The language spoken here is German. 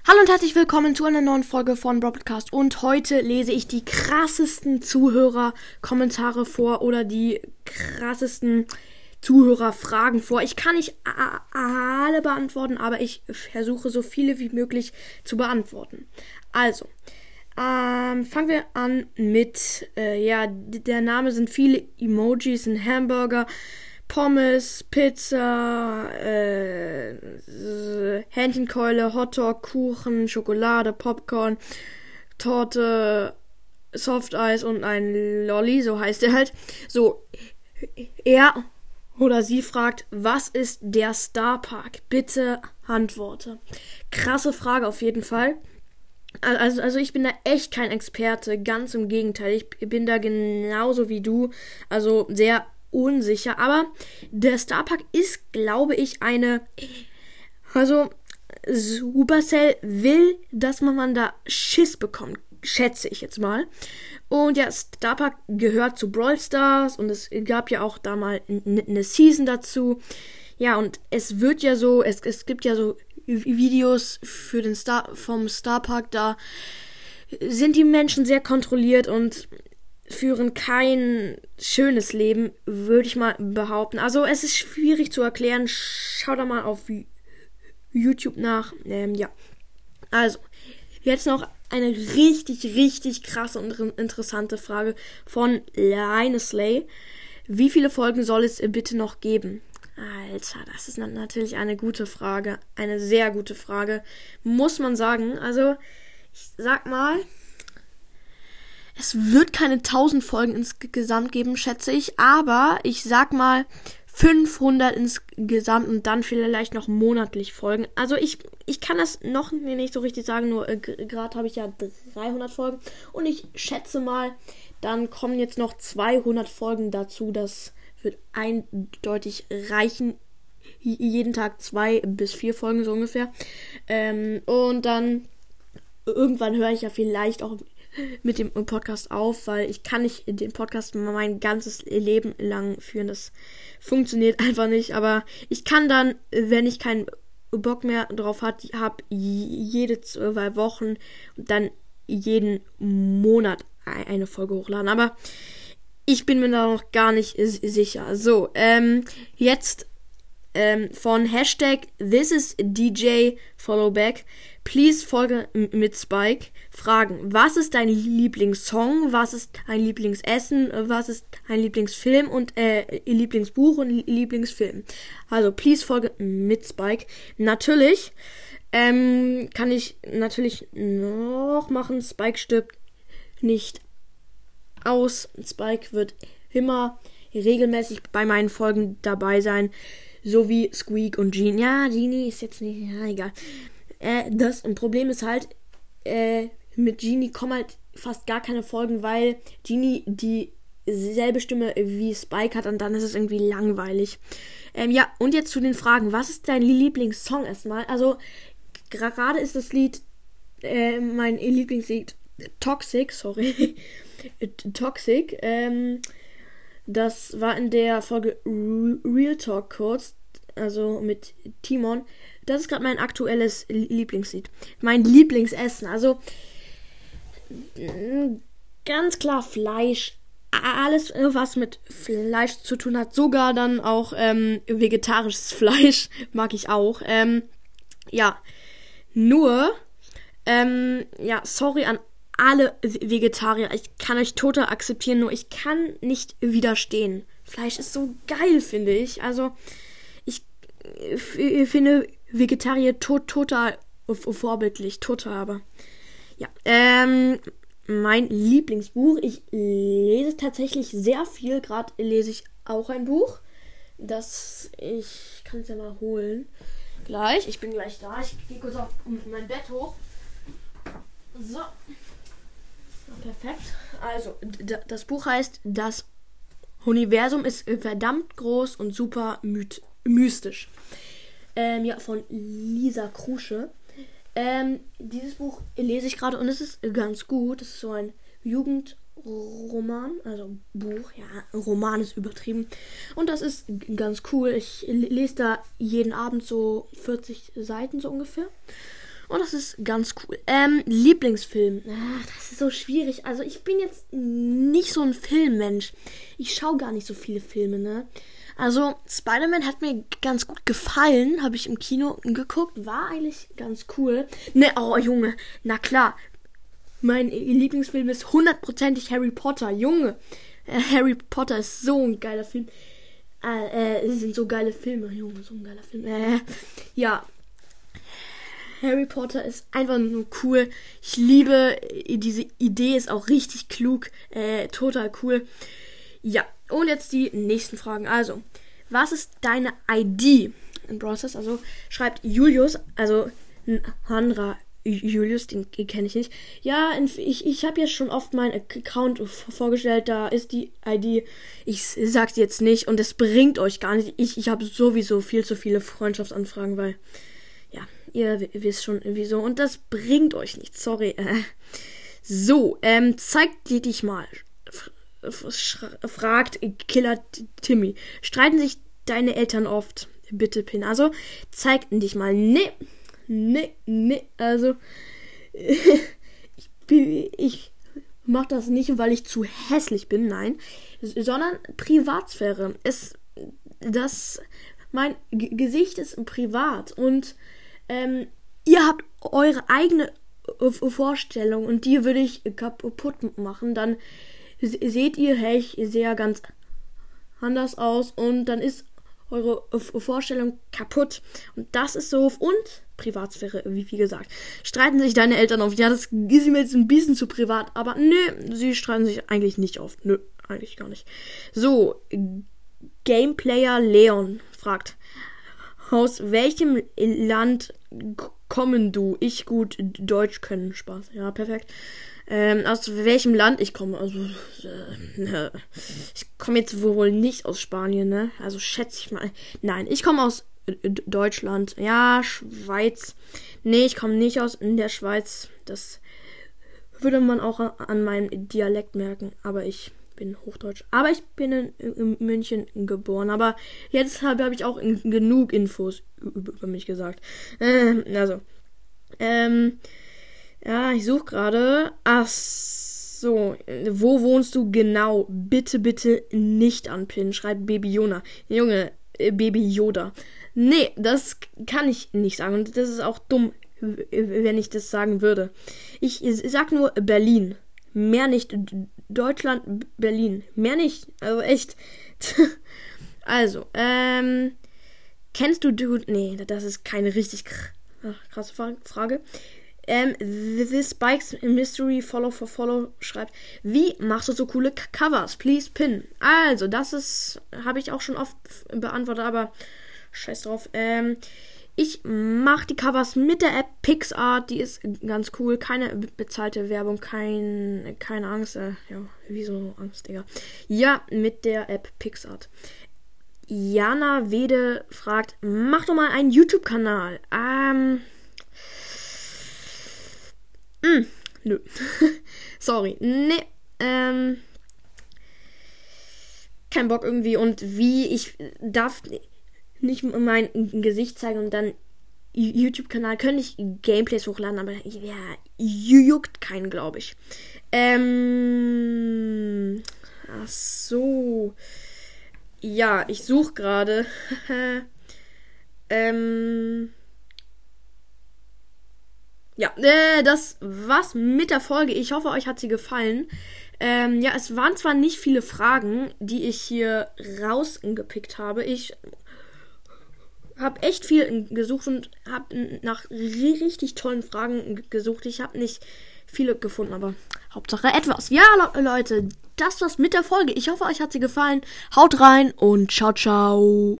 Hallo und herzlich willkommen zu einer neuen Folge von Broadcast. Und heute lese ich die krassesten Zuhörerkommentare vor oder die krassesten Zuhörerfragen vor. Ich kann nicht alle beantworten, aber ich versuche so viele wie möglich zu beantworten. Also, fangen wir an mit, der Name sind viele Emojis, sind Hamburger, Pommes, Pizza, Hähnchenkeule, Hotdog, Kuchen, Schokolade, Popcorn, Torte, Softeis und ein Lolli, so heißt er halt. So, er oder sie fragt, was ist der Starpark? Bitte antworte. Krasse Frage auf jeden Fall. Also ich bin da echt kein Experte, ganz im Gegenteil. Ich bin da genauso wie du, also sehr unsicher, aber der Starpark ist, glaube ich, Supercell will, dass man da Schiss bekommt, schätze ich jetzt mal. Und ja, Starpark gehört zu Brawl Stars und es gab ja auch da mal eine Season dazu. Ja, und es wird ja so, es gibt ja so Videos für den vom Starpark, da sind die Menschen sehr kontrolliert und führen kein schönes Leben, würde ich mal behaupten. Also es ist schwierig zu erklären. Schau da mal auf YouTube nach. Also, jetzt noch eine richtig krasse und interessante Frage von Lineslay. Wie viele Folgen soll es bitte noch geben? Alter, das ist natürlich eine gute Frage. Eine sehr gute Frage. Muss man sagen. Also, ich sag mal, es wird keine 1000 Folgen insgesamt geben, schätze ich. Aber ich sag mal 500 insgesamt und dann vielleicht noch monatlich Folgen. Also ich kann das noch nicht so richtig sagen, nur gerade habe ich ja 300 Folgen. Und ich schätze mal, dann kommen jetzt noch 200 Folgen dazu. Das wird eindeutig reichen. Jeden Tag 2 bis 4 Folgen so ungefähr. Und dann irgendwann höre ich ja vielleicht auch mit dem Podcast auf, weil ich kann nicht den Podcast mein ganzes Leben lang führen. Das funktioniert einfach nicht. Aber ich kann dann, wenn ich keinen Bock mehr drauf habe, jede 2 Wochen und dann jeden Monat eine Folge hochladen. Aber ich bin mir da noch gar nicht sicher. So, jetzt von Hashtag #ThisIsDJ_Followback. Please Folge mit Spike. Fragen, was ist dein Lieblingssong? Was ist dein Lieblingsessen? Was ist dein Lieblingsfilm? Und Lieblingsbuch und Lieblingsfilm. Also, please Folge mit Spike. Natürlich kann ich natürlich noch machen. Spike stirbt nicht aus. Spike wird immer regelmäßig bei meinen Folgen dabei sein. So wie Squeak und Genie. Ja, Genie ist jetzt nicht, ja, egal. Das Problem ist halt, mit Genie kommen halt fast gar keine Folgen, weil Genie dieselbe Stimme wie Spike hat und dann ist es irgendwie langweilig. Und jetzt zu den Fragen. Was ist dein Lieblingssong erstmal? Also, gerade ist das Lied, mein Lieblingslied Toxic, Toxic, das war in der Folge Real Talk kurz, also mit Timon. Das ist gerade mein aktuelles Lieblingslied. Mein Lieblingsessen. Also ganz klar Fleisch. Alles, was mit Fleisch zu tun hat. Sogar dann auch vegetarisches Fleisch mag ich auch. Sorry an alle Vegetarier. Ich kann euch total akzeptieren, nur ich kann nicht widerstehen. Fleisch ist so geil, finde ich. Also, ich finde Vegetarier total vorbildlich. Total, aber. Ja. Mein Lieblingsbuch. Ich lese tatsächlich sehr viel. Gerade lese ich auch ein Buch. Ich kann es ja mal holen. Gleich. Ich bin gleich da. Ich gehe kurz auf mein Bett hoch. So. Perfekt. Also, das Buch heißt Das Universum ist verdammt groß und super mystisch. Von Lisa Krusche. Dieses Buch lese ich gerade und es ist ganz gut. Es ist so ein Jugendroman, also Buch. Ja, Roman ist übertrieben. Und das ist ganz cool. Ich lese da jeden Abend so 40 Seiten so ungefähr. Und das ist ganz cool. Lieblingsfilm. Das ist so schwierig. Also ich bin jetzt nicht so ein Filmmensch. Ich schaue gar nicht so viele Filme, ne? Also Spider-Man hat mir ganz gut gefallen. Habe ich im Kino geguckt. War eigentlich ganz cool. Ne, oh Junge. Na klar. Mein Lieblingsfilm ist 100%ig Harry Potter. Junge. Harry Potter ist so ein geiler Film. Es sind so geile Filme. Junge, so ein geiler Film. Ja. Harry Potter ist einfach nur cool. Ich liebe diese Idee, ist auch richtig klug. Total cool. Ja, und jetzt die nächsten Fragen. Also, was ist deine ID in Brawl Stars? Also, schreibt Julius, also ein anderer Julius, den kenne ich nicht. Ja, ich habe ja schon oft meinen Account vorgestellt, da ist die ID. Ich sag's jetzt nicht und es bringt euch gar nicht. Ich habe sowieso viel zu viele Freundschaftsanfragen, weil, ja, ihr wisst schon wieso. Und das bringt euch nichts, sorry. So, zeig dir dich mal. Fragt Killer Timmy. Streiten sich deine Eltern oft? Bitte Pin. Also, zeig dich mal. Nee. Also, ich mach das nicht, weil ich zu hässlich bin, nein. Sondern Privatsphäre. Mein Gesicht ist privat und ihr habt eure eigene Vorstellung und die würde ich kaputt machen. Dann seht ihr, hey, ich sehe ja ganz anders aus und dann ist eure Vorstellung kaputt. Und das ist so. Und Privatsphäre, wie gesagt. Streiten sich deine Eltern oft? Ja, das ist mir jetzt ein bisschen zu privat, aber nö, sie streiten sich eigentlich nicht oft. Nö, eigentlich gar nicht. So, Gameplayer Leon fragt, aus welchem Land kommen du? Ich gut Deutsch können. Spaß. Ja, perfekt. Aus welchem Land ich komme? Also, ich komme jetzt wohl nicht aus Spanien, ne? Also schätze ich mal. Nein, ich komme aus Deutschland. Ja, Schweiz. Nee, ich komme nicht aus der Schweiz. Das würde man auch an meinem Dialekt merken. Aber ich bin Hochdeutsch. Aber ich bin in München geboren. Aber jetzt habe ich auch genug Infos über mich gesagt. Ja, ich suche gerade. Ach so, wo wohnst du genau? Bitte nicht anpinnen. Schreibt Baby Yoda. Junge, Baby Yoda. Nee, das kann ich nicht sagen. Und das ist auch dumm, wenn ich das sagen würde. Ich sag nur Berlin. Mehr nicht. Deutschland, Berlin. Mehr nicht. Also echt. Also, kennst du... Nee, das ist keine richtig krasse Frage. The Spikes Mystery Follow for Follow schreibt, wie machst du so coole Covers? Please pin. Also, das habe ich auch schon oft beantwortet, aber scheiß drauf. Ich mache die Covers mit der App PixArt, die ist ganz cool. Keine bezahlte Werbung, keine Angst. Ja, wieso Angst, Digga? Ja, mit der App PixArt. Jana Wede fragt, mach doch mal einen YouTube-Kanal. Nö. Sorry. Nee. Kein Bock irgendwie. Und wie, ich darf nicht mein Gesicht zeigen und dann YouTube-Kanal. Könnte ich Gameplays hochladen, aber ja, juckt keinen, glaube ich. Ach so. Ja, ich suche gerade. Ja, das war's mit der Folge. Ich hoffe, euch hat sie gefallen. Ja, es waren zwar nicht viele Fragen, die ich hier rausgepickt habe. Ich habe echt viel gesucht und habe nach richtig tollen Fragen gesucht. Ich habe nicht viele gefunden, aber Hauptsache etwas. Ja, Leute, das war's mit der Folge. Ich hoffe, euch hat sie gefallen. Haut rein und ciao, ciao.